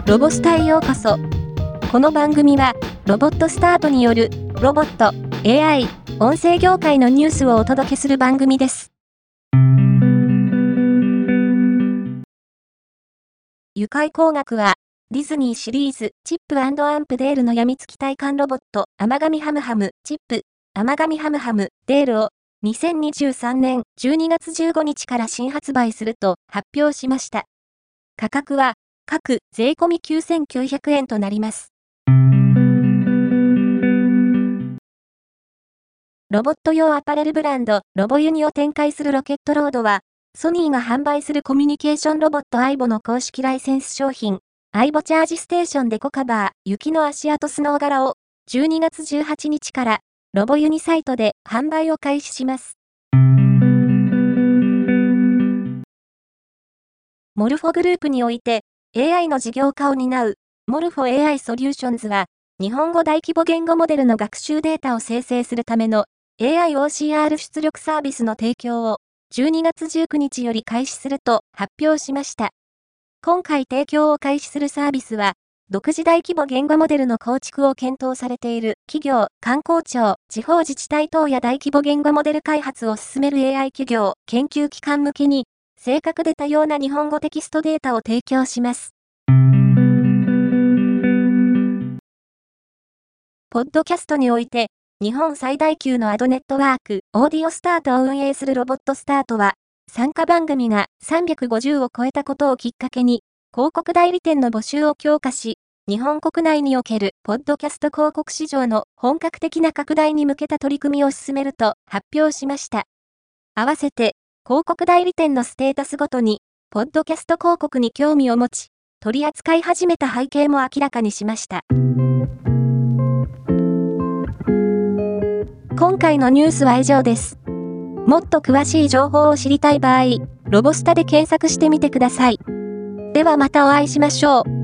ロボスタへようこそ。この番組は、ロボットスタートによる、ロボット、AI、音声業界のニュースをお届けする番組です。愉快工学は、ディズニーシリーズ、チップ&アンプデールのやみつき体感ロボット、甘噛みハムハム、チップ、甘噛みハムハム、デールを、2023年12月15日から新発売すると発表しました。価格は、各税込み9900円となります。ロボット用アパレルブランド、ロボユニを展開するロケットロードは、ソニーが販売するコミュニケーションロボットアイボの公式ライセンス商品、アイボチャージステーションデコカバー、雪の足跡スノー柄を、12月18日から、ロボユニサイトで販売を開始します。モルフォグループにおいて、AI の事業化を担う、モルフォ AI ソリューションズは、日本語大規模言語モデルの学習データを生成するための AI-OCR 出力サービスの提供を12月19日より開始すると発表しました。今回提供を開始するサービスは、独自大規模言語モデルの構築を検討されている企業、観光庁、地方自治体等や大規模言語モデル開発を進める AI 企業、研究機関向けに、正確で多様な日本語テキストデータを提供します。ポッドキャストにおいて、日本最大級のアドネットワーク、オーディオスタートを運営するロボットスタートは、参加番組が350を超えたことをきっかけに、広告代理店の募集を強化し、日本国内におけるポッドキャスト広告市場の本格的な拡大に向けた取り組みを進めると発表しました。合わせて、広告代理店のステータスごとに、ポッドキャスト広告に興味を持ち、取り扱い始めた背景も明らかにしました。今回のニュースは以上です。もっと詳しい情報を知りたい場合、ロボスタで検索してみてください。ではまたお会いしましょう。